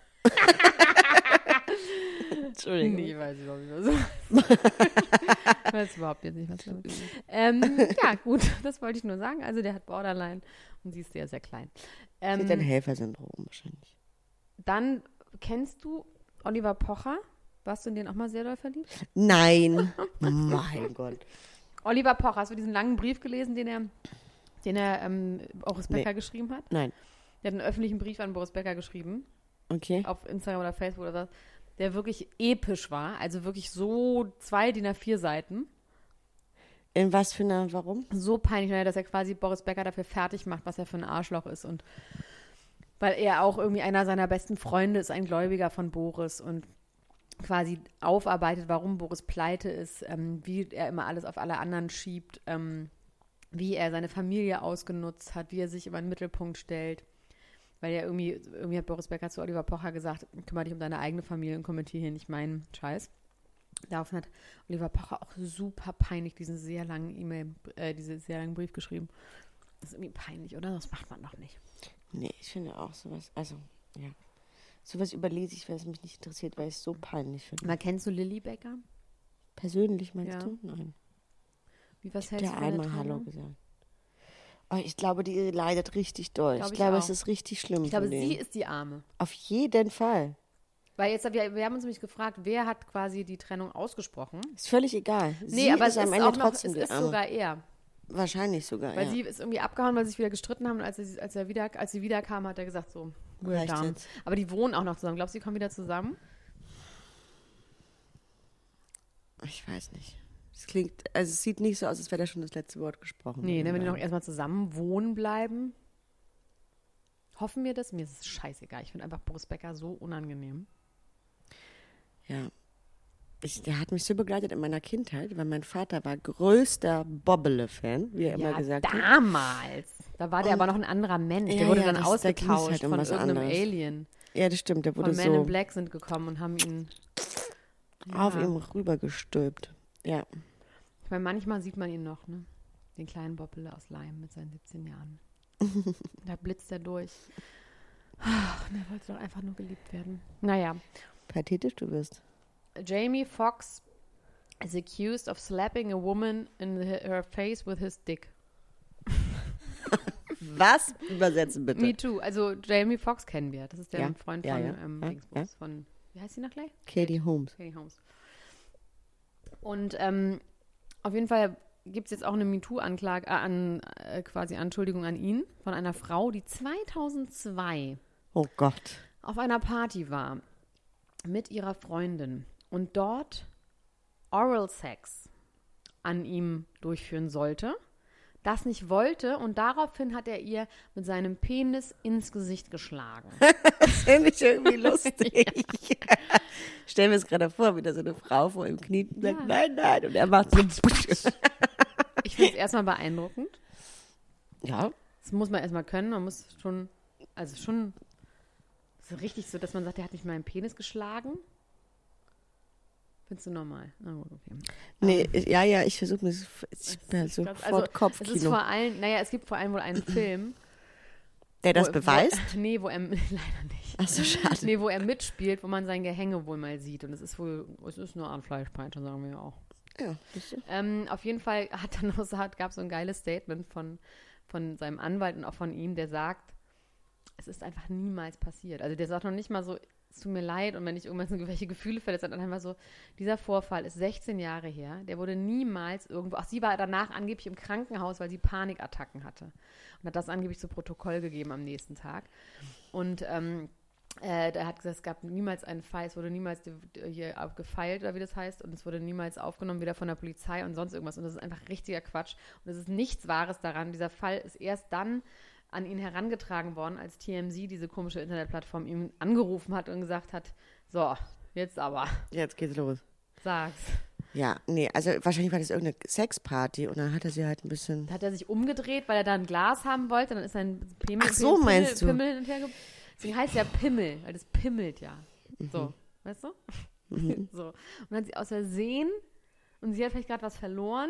Entschuldigung. Nee, weiß ich überhaupt nicht, was ich weiß überhaupt jetzt nicht, was damit ja, gut, das wollte ich nur sagen. Also der hat Borderline und sie ist sehr, sehr klein. Sie hat ein Helfersyndrom wahrscheinlich. Dann kennst du Oliver Pocher? Warst du in den auch mal sehr doll verliebt? Nein. Mein Gott. Oliver Pocher, hast du diesen langen Brief gelesen, den er Boris Becker geschrieben hat? Nein. Der hat einen öffentlichen Brief an Boris Becker geschrieben. Okay. Auf Instagram oder Facebook oder was. Der wirklich episch war. Also wirklich so 2 DIN A4 Seiten. In was für einer, warum? So peinlich, dass er quasi Boris Becker dafür fertig macht, was er für ein Arschloch ist. Und weil er auch irgendwie einer seiner besten Freunde ist, ein Gläubiger von Boris und quasi aufarbeitet, warum Boris pleite ist, wie er immer alles auf alle anderen schiebt, wie er seine Familie ausgenutzt hat, wie er sich immer in den Mittelpunkt stellt. Weil ja irgendwie hat Boris Becker zu Oliver Pocher gesagt, kümmere dich um deine eigene Familie und kommentiere hier nicht meinen Scheiß. Daraufhin hat Oliver Pocher auch super peinlich diesen sehr langen Brief geschrieben. Das ist irgendwie peinlich, oder? Das macht man doch nicht. Nee, ich finde auch sowas, also, ja. Sowas überlese ich, weil es mich nicht interessiert, weil ich es so peinlich finde. Na, kennst du Lilly Becker? Persönlich meinst Ja. du? Nein. Was Ich habe hältst dir du von der einmal Trennung? Hallo gesagt. Oh, ich glaube, die leidet richtig doll. Glaub Ich ich glaube, auch. es ist richtig schlimm. Ich glaube, von denen. sie ist die Arme. Auf jeden Fall. Weil jetzt, wir haben uns nämlich gefragt, wer hat quasi die Trennung ausgesprochen? Ist völlig egal. Nee, Sie aber ist es am ist Ende auch noch, es trotzdem die ist Arme. sogar er. Wahrscheinlich sogar, Weil ja. sie ist irgendwie abgehauen, weil sie sich wieder gestritten haben und als sie wiederkam, hat er gesagt so, we're Reicht done. jetzt. Aber die wohnen auch noch zusammen. Glaubst du, die kommen wieder zusammen? Ich weiß nicht. Es sieht nicht so aus, als wäre da schon das letzte Wort gesprochen. Nee, ne, wenn die noch erstmal zusammen wohnen bleiben. Hoffen wir das? Mir ist es scheißegal. Ich finde einfach Boris Becker so unangenehm. Ja. Der hat mich so begleitet in meiner Kindheit, weil mein Vater war größter Bobbele-Fan, wie er immer gesagt hat. Damals. Da war der aber noch ein anderer Mensch. Der wurde dann da ging's ausgetauscht halt um von was irgendeinem anderes. Alien. Ja, das stimmt. Der wurde Von Men in so Black sind gekommen und haben ihn... auf ihm rübergestülpt. Ja. Ich meine, manchmal sieht man ihn noch, ne? Den kleinen Bobbele aus Leim mit seinen 17 Jahren. Da blitzt er durch. Ach, der wollte doch einfach nur geliebt werden. Naja. Pathetisch du wirst. Jamie Foxx is accused of slapping a woman in her face with his dick. Was? Übersetzen bitte. Me too. Also Jamie Foxx kennen wir. Das ist der Ja. Freund Ja, von ja. Ja, Dingsbums, von, wie heißt sie noch gleich? Katie Holmes. Katie Holmes. Und auf jeden Fall gibt es jetzt auch eine MeToo-Anklage, quasi Anschuldigung an ihn von einer Frau, die 2002 Oh Gott. auf einer Party war mit ihrer Freundin und dort Oral Sex an ihm durchführen sollte, das nicht wollte und daraufhin hat er ihr mit seinem Penis ins Gesicht geschlagen. Das finde ich irgendwie lustig. Stell mir es gerade vor, wie da so eine Frau vor ihm kniet und sagt, Ja. nein, nein. Und er macht so. Ich finde es erstmal beeindruckend. Ja. Das muss man erstmal können. Man muss schon so richtig so, dass man sagt, der hat nicht meinen Penis geschlagen. Findest du normal? Na gut, okay. Nee, ja, ich versuche mir ich bin halt so Also, sofort es ist Kopfkino. vor allem, es gibt vor allem wohl einen Film. Der das beweist? Nee, wo er, leider nicht. Ach so, schade. Nee, wo er mitspielt, wo man sein Gehänge wohl mal sieht. Und es ist nur Art Fleischpeitsche, sagen wir ja auch. Ja, siehst du? Auf jeden Fall gab es so ein geiles Statement von seinem Anwalt und auch von ihm, der sagt, es ist einfach niemals passiert. Also der sagt noch nicht mal so, es tut mir leid und wenn ich irgendwelche Gefühle verletzt habe, dann einfach so, dieser Vorfall ist 16 Jahre her, der wurde niemals irgendwo, sie war danach angeblich im Krankenhaus, weil sie Panikattacken hatte und hat das angeblich zu Protokoll gegeben am nächsten Tag und der hat gesagt, es gab niemals einen Fall, es wurde niemals hier gefeilt oder wie das heißt und es wurde niemals aufgenommen, weder von der Polizei und sonst irgendwas und das ist einfach richtiger Quatsch und es ist nichts Wahres daran, dieser Fall ist erst dann an ihn herangetragen worden, als TMZ, diese komische Internetplattform, ihm angerufen hat und gesagt hat, so, jetzt aber. Jetzt geht's los. Sag's. Ja, nee, also wahrscheinlich war das irgendeine Sexparty und dann hat er sie halt ein bisschen... Da hat er sich umgedreht, weil er da ein Glas haben wollte, dann ist sein Pimmel, Ach so, meinst du? Pimmel hin und her deswegen heißt es ja Pimmel, weil das pimmelt ja. So, weißt du? So. Und dann hat sie aus Versehen und sie hat vielleicht gerade was verloren.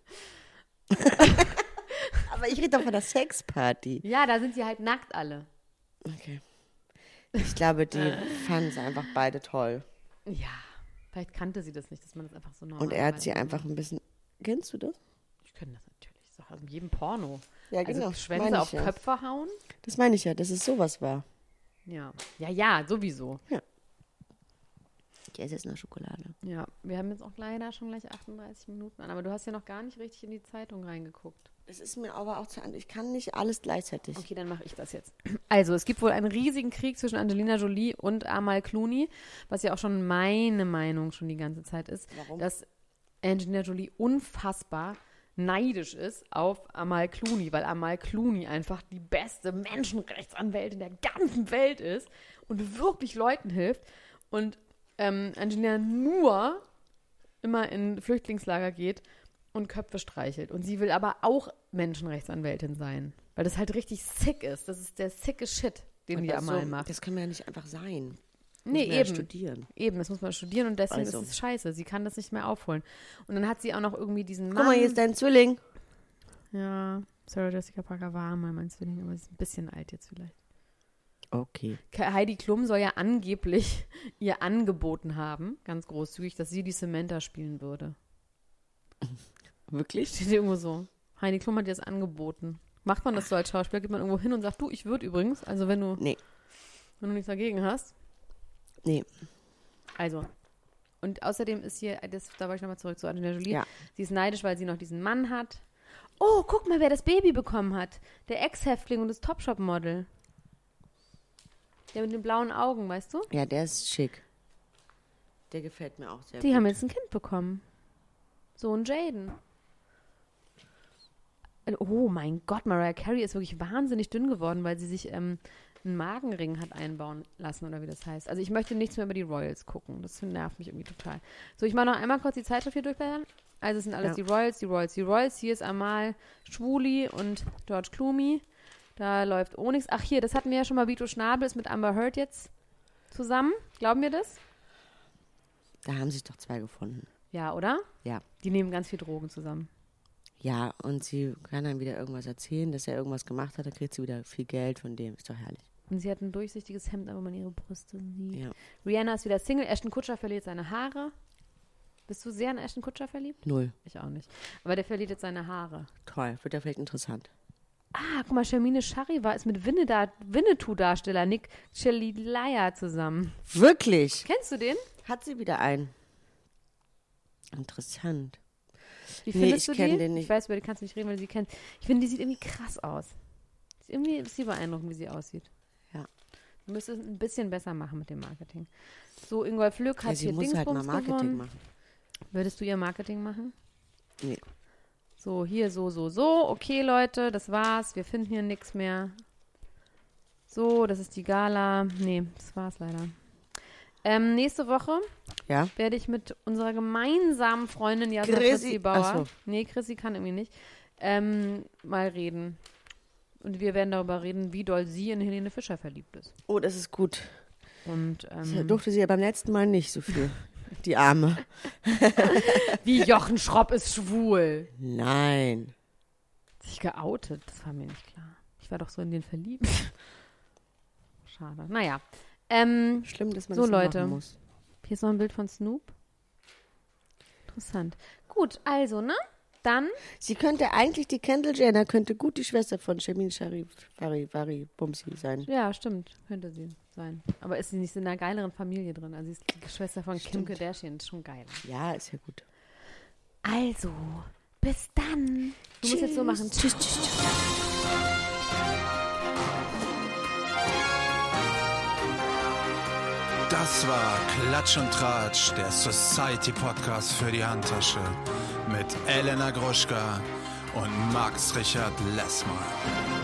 Aber ich rede doch von der Sexparty. Ja, da sind sie halt nackt alle. Okay. Ich glaube, die fanden es einfach beide toll. Ja, vielleicht kannte sie das nicht, dass man das einfach so normal Und er hat sie einfach ein bisschen... Kennst du das? Ich kenne das natürlich. Das ist doch aus jedem Porno. Ja, genau. Also Schwänze auf Köpfe hauen? Das meine ich ja, dass es sowas war. Ja. Ja, sowieso. Ja. Ich esse jetzt noch Schokolade. Ja, wir haben jetzt auch leider schon gleich 38 Minuten an, aber du hast ja noch gar nicht richtig in die Zeitung reingeguckt. Das ist mir aber auch zu an. Ich kann nicht alles gleichzeitig. Okay, dann mache ich das jetzt. Also, es gibt wohl einen riesigen Krieg zwischen Angelina Jolie und Amal Clooney, was ja auch schon meine Meinung schon die ganze Zeit ist. Warum? Dass Angelina Jolie unfassbar neidisch ist auf Amal Clooney, weil Amal Clooney einfach die beste Menschenrechtsanwältin der ganzen Welt ist und wirklich Leuten hilft und Angelina nur immer in Flüchtlingslager geht und Köpfe streichelt. Und sie will aber auch Menschenrechtsanwältin sein, weil das halt richtig sick ist. Das ist der sicke Shit, den die Amal macht. Das kann man ja nicht einfach sein. Nee, Muss man ja eben. studieren. Eben, das muss man studieren und deswegen Also. ist es scheiße. Sie kann das nicht mehr aufholen. Und dann hat sie auch noch irgendwie diesen Mann. Guck mal, hier ist dein Zwilling. Ja, Sarah Jessica Parker war mal mein Zwilling, aber sie ist ein bisschen alt jetzt vielleicht. Okay. Heidi Klum soll ja angeblich ihr angeboten haben, ganz großzügig, dass sie die Samantha spielen würde. Wirklich? Steht irgendwo so. Heidi Klum hat ihr das angeboten. Macht man das so als Schauspieler? Geht man irgendwo hin und sagt, du, ich würde übrigens, also wenn du nichts dagegen hast. Nee. Also. Und außerdem ist hier, da wollte ich nochmal zurück zu Angelina Jolie. Ja. Sie ist neidisch, weil sie noch diesen Mann hat. Oh, guck mal, wer das Baby bekommen hat. Der Ex-Häftling und das Topshop-Model. Der mit den blauen Augen, weißt du? Ja, der ist schick. Der gefällt mir auch sehr Die gut. haben jetzt ein Kind bekommen. Sohn Jaden. Oh mein Gott, Mariah Carey ist wirklich wahnsinnig dünn geworden, weil sie sich einen Magenring hat einbauen lassen, oder wie das heißt. Also ich möchte nichts mehr über die Royals gucken. Das nervt mich irgendwie total. So, ich mache noch einmal kurz die Zeitschrift hier durchblättern. Also es sind alles die Royals, die Royals, die Royals. Hier ist Amal Schwuli und George Clooney. Da läuft auch nichts. Ach hier, das hatten wir ja schon mal. Vito Schnabel ist mit Amber Heard jetzt zusammen. Glauben wir das? Da haben sich doch zwei gefunden. Ja, oder? Ja. Die nehmen ganz viel Drogen zusammen. Ja, und sie kann dann wieder irgendwas erzählen, dass er irgendwas gemacht hat, dann kriegt sie wieder viel Geld von dem. Ist doch herrlich. Und sie hat ein durchsichtiges Hemd, aber man ihre Brüste sieht. Ja. Rihanna ist wieder Single. Ashton Kutcher verliert seine Haare. Bist du sehr in Ashton Kutcher verliebt? 0. Ich auch nicht. Aber der verliert jetzt seine Haare. Toll, wird ja vielleicht interessant. Ah, guck mal, Shermine Shariva ist mit Winnetou-Darsteller Nick Chelilaya zusammen. Wirklich? Kennst du den? Hat sie wieder einen. Interessant. Wie Nee, findest ich du kenn die? den nicht. Ich weiß, über die kannst du nicht reden, weil du sie kennst. Ich finde, die sieht irgendwie krass aus. Irgendwie ist sie beeindruckend, wie sie aussieht. Ja. Du müsstest ein bisschen besser machen mit dem Marketing. So, Ingolf Lück Ja, hat sie hier muss halt mal Dingsbums Marketing gewonnen. machen. Würdest du ihr Marketing machen? Nee. So, hier, so. Okay, Leute, das war's. Wir finden hier nichts mehr. So, das ist die Gala. Nee, das war's leider. Nächste Woche Ja? werde ich mit unserer gemeinsamen Freundin Jasna Chrissy- Fritzi Bauer, Ach so. nee, Chrissy kann irgendwie nicht, mal reden. Und wir werden darüber reden, wie doll sie in Helene Fischer verliebt ist. Oh, das ist gut. Und Das durfte sie ja beim letzten Mal nicht so viel. Die Arme. wie Jochen Schropp ist schwul. Nein. Hat sich geoutet, das war mir nicht klar. Ich war doch so in den verliebt. Schade. Naja. Schlimm, dass man So, das so Leute. machen muss. Hier ist noch ein Bild von Snoop. Interessant. Gut, also, ne? dann. Sie könnte eigentlich, die Kendall Jenner könnte gut die Schwester von Shemin Sharif Bumsi sein. Ja, stimmt. Könnte sie sein. Aber ist sie nicht in einer geileren Familie drin? Also sie ist die Schwester von Kim Kardashian. Ist schon geil. Ja, ist ja gut. Also, bis dann. Du musst jetzt so machen. Tschüss, tschüss, tschüss. Das war Klatsch und Tratsch, der Society-Podcast für die Handtasche mit Elena Gruschka und Max Richard Lessmann.